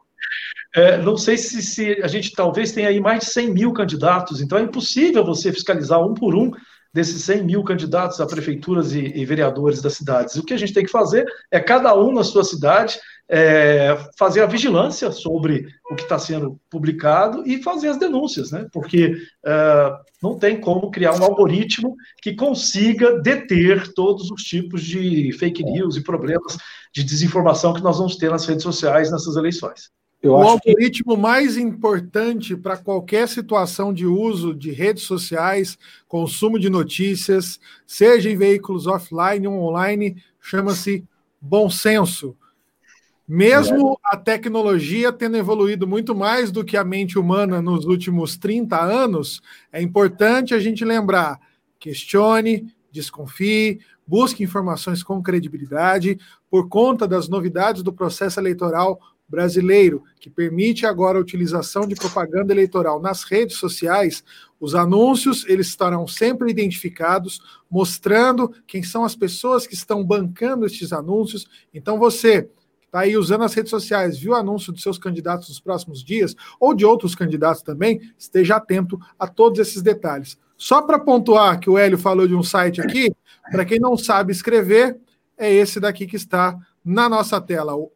Não sei se a gente talvez tenha aí mais de 100 mil candidatos, então é impossível você fiscalizar um por um desses 100 mil candidatos a prefeituras e vereadores das cidades. O que a gente tem que fazer é cada um na sua cidade fazer a vigilância sobre o que está sendo publicado e fazer as denúncias, né? Porque não tem como criar um algoritmo que consiga deter todos os tipos de fake news e problemas de desinformação que nós vamos ter nas redes sociais nessas eleições. O algoritmo mais importante para qualquer situação de uso de redes sociais, consumo de notícias, seja em veículos offline ou online, chama-se bom senso. Mesmo a tecnologia tendo evoluído muito mais do que a mente humana nos últimos 30 anos, é importante a gente lembrar: questione, desconfie, busque informações com credibilidade. Por conta das novidades do processo eleitoral brasileiro, que permite agora a utilização de propaganda eleitoral nas redes sociais, os anúncios eles estarão sempre identificados, mostrando quem são as pessoas que estão bancando estes anúncios. Então você está aí usando as redes sociais, viu o anúncio dos seus candidatos nos próximos dias, ou de outros candidatos também, esteja atento a todos esses detalhes. Só para pontuar que o Hélio falou de um site aqui, para quem não sabe escrever, é esse daqui que está na nossa tela, o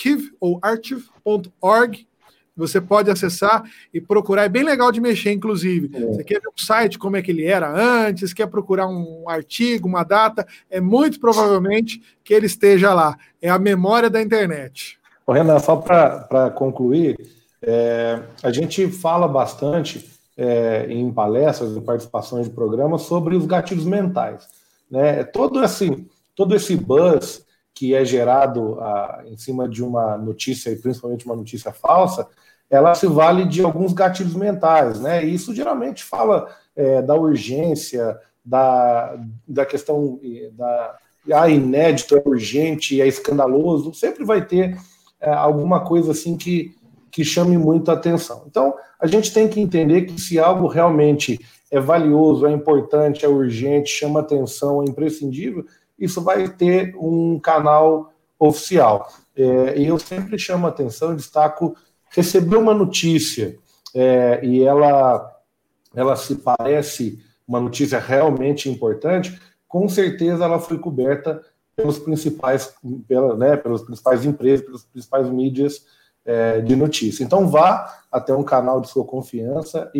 archive.org. Você pode acessar e procurar, é bem legal de mexer, inclusive. Você quer ver um site, como é que ele era antes, quer procurar um artigo, uma data, é muito provavelmente que ele esteja lá. É a memória da internet. Renan, só para concluir, a gente fala bastante em palestras, em participações de programas, sobre os gatilhos mentais, né? Todo esse buzz que é gerado em cima de uma notícia, e principalmente uma notícia falsa, ela se vale de alguns gatilhos mentais, né? E isso geralmente fala da urgência, da questão inédito, é urgente, é escandaloso, sempre vai ter alguma coisa assim que chame muito a atenção. Então, a gente tem que entender que se algo realmente é valioso, é importante, é urgente, chama atenção, é imprescindível, isso vai ter um canal oficial. E eu sempre chamo a atenção, destaco, receber uma notícia e ela se parece uma notícia realmente importante, com certeza ela foi coberta pelas principais empresas, pelas principais mídias de notícia. Então vá até um canal de sua confiança e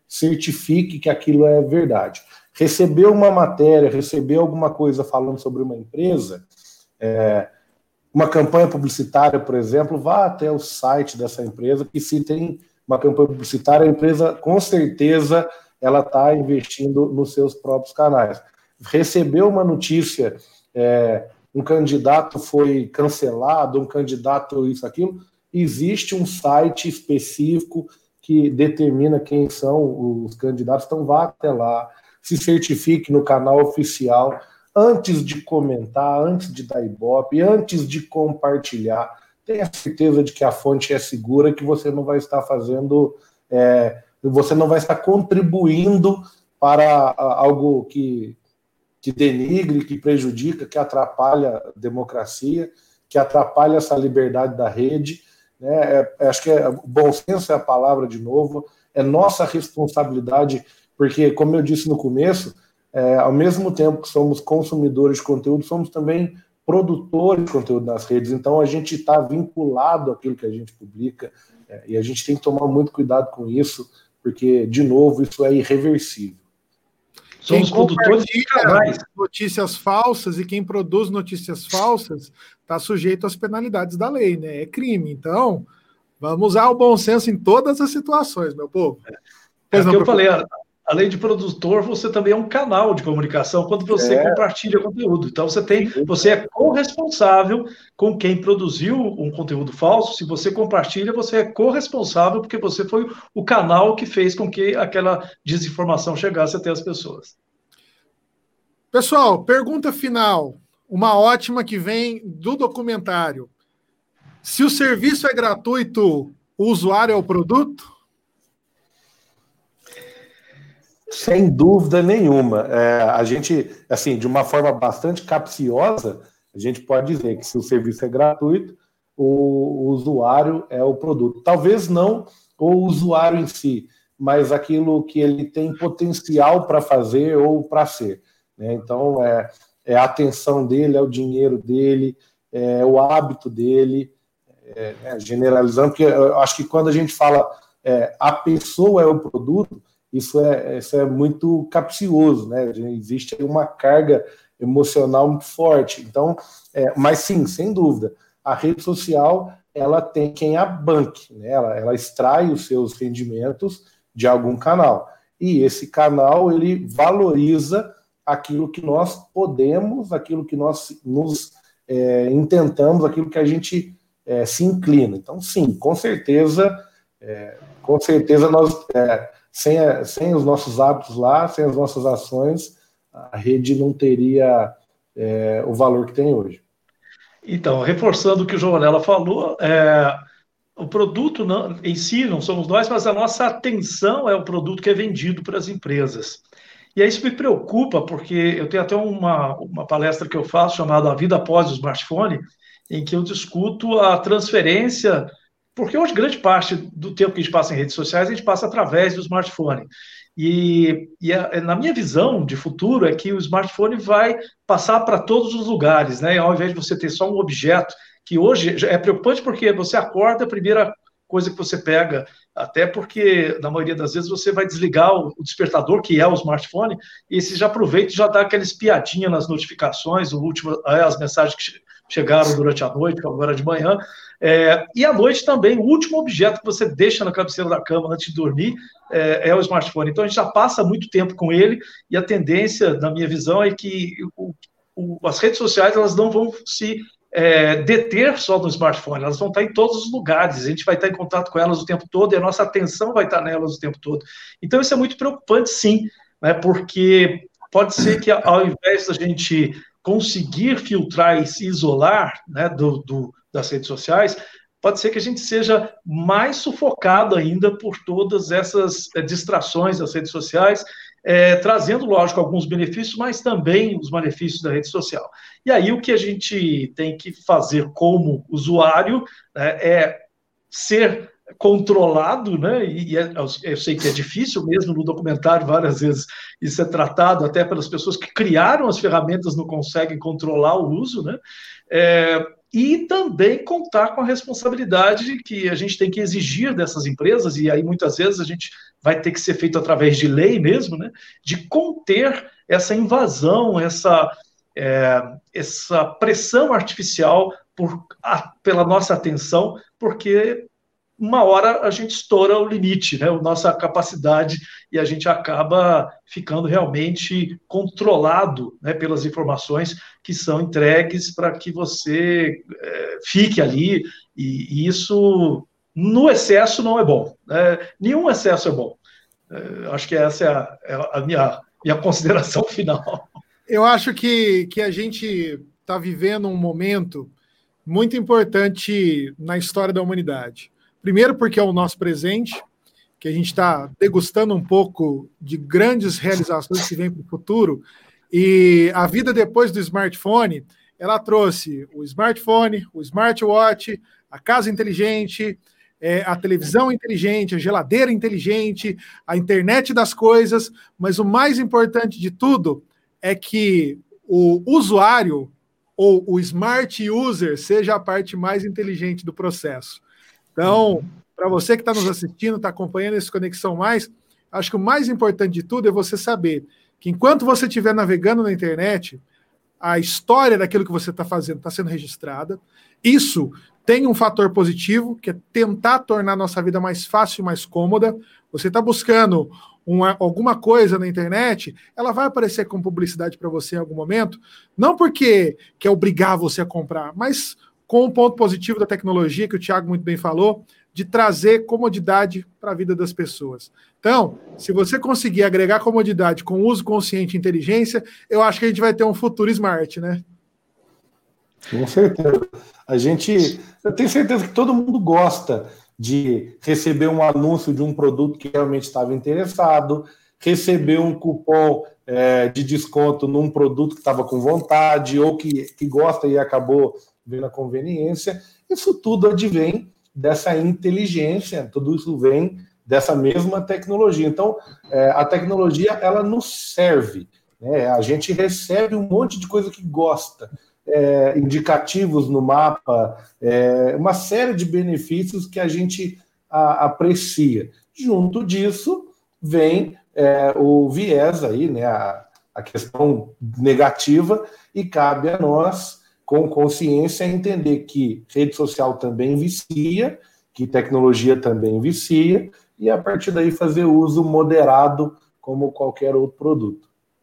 certifique que aquilo é verdade. Recebeu uma matéria, recebeu alguma coisa falando sobre uma empresa, uma campanha publicitária, por exemplo, vá até o site dessa empresa, que se tem uma campanha publicitária, a empresa, com certeza, ela está investindo nos seus próprios canais. Recebeu uma notícia, um candidato foi cancelado, um candidato isso, aquilo, existe um site específico que determina quem são os candidatos, então vá até lá, se certifique no canal oficial, antes de comentar, antes de dar ibope, antes de compartilhar, tenha certeza de que a fonte é segura, que você não vai estar fazendo, você não vai estar contribuindo para algo que denigre, que prejudica, que atrapalha a democracia, que atrapalha essa liberdade da rede, né? Acho que bom senso é a palavra de novo, é nossa responsabilidade, porque, como eu disse no começo, ao mesmo tempo que somos consumidores de conteúdo, somos também produtores de conteúdo nas redes, então a gente está vinculado àquilo que a gente publica, e a gente tem que tomar muito cuidado com isso, porque, de novo, isso é irreversível. Somos produtores de canais. Notícias falsas e quem produz notícias falsas está sujeito às penalidades da lei, né? É crime. Então, vamos usar o bom senso em todas as situações, meu povo. É o que eu falei, além de produtor, você também é um canal de comunicação quando você compartilha conteúdo. Então, você é corresponsável com quem produziu um conteúdo falso. Se você compartilha, você é corresponsável porque você foi o canal que fez com que aquela desinformação chegasse até as pessoas. Pessoal, pergunta final. Uma ótima que vem do documentário. Se o serviço é gratuito, o usuário é o produto? Sem dúvida nenhuma. A gente, assim, de uma forma bastante capciosa, a gente pode dizer que se o serviço é gratuito, o usuário é o produto. Talvez não o usuário em si, mas aquilo que ele tem potencial para fazer ou para ser, né? Então, é a atenção dele, é o dinheiro dele, é o hábito dele, generalizando, porque eu acho que quando a gente fala a pessoa é o produto, isso é muito capcioso, né? Existe aí uma carga emocional muito forte. Então, mas sim, sem dúvida, a rede social ela tem quem a banque, né? Ela extrai os seus rendimentos de algum canal. E esse canal ele valoriza aquilo que nós podemos, aquilo que nós nos intentamos, aquilo que a gente se inclina. Então, sim, com certeza nós sem os nossos hábitos lá, sem as nossas ações, a rede não teria o valor que tem hoje. Então, reforçando o que o Joanella falou, o produto em si não somos nós, mas a nossa atenção é o produto que é vendido para as empresas. E aí isso me preocupa, porque eu tenho até uma palestra que eu faço chamada A Vida Após o Smartphone, em que eu discuto a transferência. Porque hoje, grande parte do tempo que a gente passa em redes sociais, a gente passa através do smartphone. E na minha visão de futuro é que o smartphone vai passar para todos os lugares, né? Ao invés de você ter só um objeto, que hoje é preocupante porque você acorda, a primeira coisa que você pega, até porque, na maioria das vezes, você vai desligar o despertador, que é o smartphone, e você já aproveita e já dá aquela espiadinha nas notificações, as mensagens que chegaram durante a noite, agora de manhã. E à noite também, o último objeto que você deixa na cabeceira da cama antes de dormir é o smartphone. Então a gente já passa muito tempo com ele e a tendência, na minha visão, é que as redes sociais elas não vão se deter só no smartphone, elas vão estar em todos os lugares, a gente vai estar em contato com elas o tempo todo e a nossa atenção vai estar nelas o tempo todo. Então isso é muito preocupante, sim, né, porque pode ser que ao invés da gente conseguir filtrar e se isolar, né, das redes sociais, pode ser que a gente seja mais sufocado ainda por todas essas distrações das redes sociais, trazendo, lógico, alguns benefícios, mas também os malefícios da rede social. E aí o que a gente tem que fazer como usuário, né, é ser controlado, né? E eu sei que é difícil mesmo, no documentário várias vezes isso é tratado, até pelas pessoas que criaram as ferramentas não conseguem controlar o uso, né? e também contar com a responsabilidade que a gente tem que exigir dessas empresas, e aí muitas vezes a gente vai ter que ser feito através de lei mesmo, né, de conter essa invasão, essa pressão artificial pela nossa atenção, porque uma hora a gente estoura o limite, né, a nossa capacidade, e a gente acaba ficando realmente controlado, né, pelas informações que são entregues para que você fique ali, e isso, no excesso, não é bom. Né? Nenhum excesso é bom. Acho que essa é a minha consideração final. Eu acho que a gente está vivendo um momento muito importante na história da humanidade. Primeiro, porque é o nosso presente, que a gente está degustando um pouco de grandes realizações que vêm para o futuro, e a vida depois do smartphone, ela trouxe o smartphone, o smartwatch, a casa inteligente, a televisão inteligente, a geladeira inteligente, a internet das coisas, mas o mais importante de tudo é que o usuário ou o smart user seja a parte mais inteligente do processo. Então, para você que está nos assistindo, está acompanhando esse Conexão Mais, acho que o mais importante de tudo é você saber que enquanto você estiver navegando na internet, a história daquilo que você está fazendo está sendo registrada. Isso tem um fator positivo, que é tentar tornar a nossa vida mais fácil e mais cômoda. Você está buscando alguma coisa na internet, ela vai aparecer com publicidade para você em algum momento, não porque quer obrigar você a comprar, mas com um ponto positivo da tecnologia, que o Thiago muito bem falou, de trazer comodidade para a vida das pessoas. Então, se você conseguir agregar comodidade com uso consciente e inteligência, eu acho que a gente vai ter um futuro smart, né? Com certeza. Eu tenho certeza que todo mundo gosta de receber um anúncio de um produto que realmente estava interessado, receber um cupom de desconto num produto que estava com vontade, ou que gosta e acabou vendo a conveniência. Isso tudo advém dessa inteligência, tudo isso vem dessa mesma tecnologia. Então, a tecnologia, ela nos serve, né? A gente recebe um monte de coisa que gosta, indicativos no mapa, uma série de benefícios que a gente aprecia. Junto disso, vem o viés aí, né? A questão negativa, e cabe a nós, com consciência, entender que rede social também vicia, que tecnologia também vicia, e a partir daí fazer uso moderado como qualquer outro produto.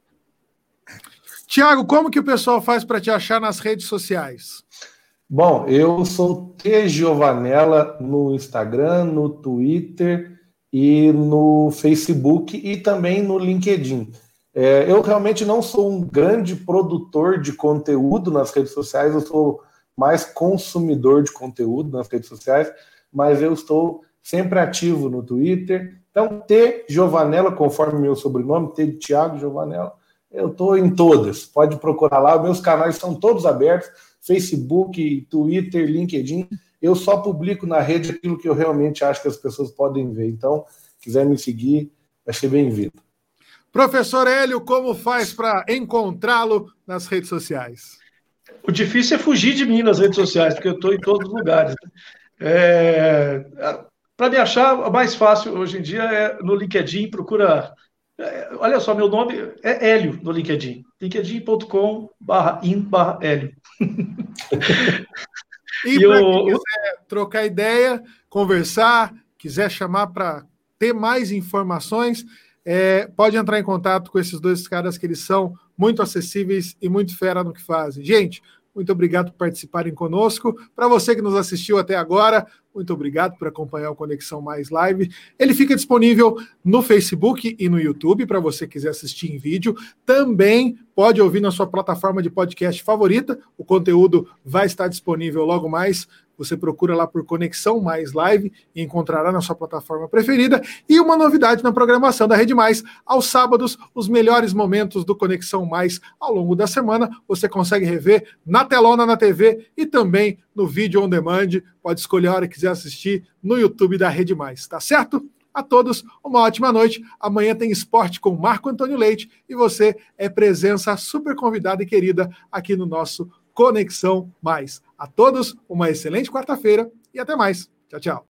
Tiago, como que o pessoal faz para te achar nas redes sociais? Bom, eu sou T. Giovanella no Instagram, no Twitter e no Facebook, e também no LinkedIn. Eu realmente não sou um grande produtor de conteúdo nas redes sociais, eu sou mais consumidor de conteúdo nas redes sociais, mas eu estou sempre ativo no Twitter. Então, T. Giovanella, conforme meu sobrenome, T de Thiago Giovanella, eu estou em todas. Pode procurar lá, meus canais são todos abertos, Facebook, Twitter, LinkedIn. Eu só publico na rede aquilo que eu realmente acho que as pessoas podem ver. Então, se quiser me seguir, vai ser bem-vindo. Professor Hélio, como faz para encontrá-lo nas redes sociais? O difícil é fugir de mim nas redes sociais, porque eu estou em todos os lugares. Para me achar, o mais fácil hoje em dia é no LinkedIn, procura... olha só, meu nome é Hélio no LinkedIn. linkedin.com/in/Hélio. E para quem quiser trocar ideia, conversar, quiser chamar para ter mais informações, pode entrar em contato com esses dois caras, que eles são muito acessíveis e muito fera no que fazem. Gente, muito obrigado por participarem conosco. Para você que nos assistiu até agora, muito obrigado por acompanhar o Conexão Mais Live. Ele fica disponível no Facebook e no YouTube, para você que quiser assistir em vídeo. Também pode ouvir na sua plataforma de podcast favorita. O conteúdo vai estar disponível logo mais. Você procura lá por Conexão Mais Live e encontrará na sua plataforma preferida. E uma novidade na programação da Rede Mais: aos sábados, os melhores momentos do Conexão Mais ao longo da semana, você consegue rever na telona, na TV e também no vídeo on demand. Pode escolher a hora que quiser assistir no YouTube da Rede Mais, tá certo? A todos, uma ótima noite. Amanhã tem esporte com Marco Antônio Leite e você é presença super convidada e querida aqui no nosso Conexão Mais. A todos, uma excelente quarta-feira e até mais. Tchau, tchau.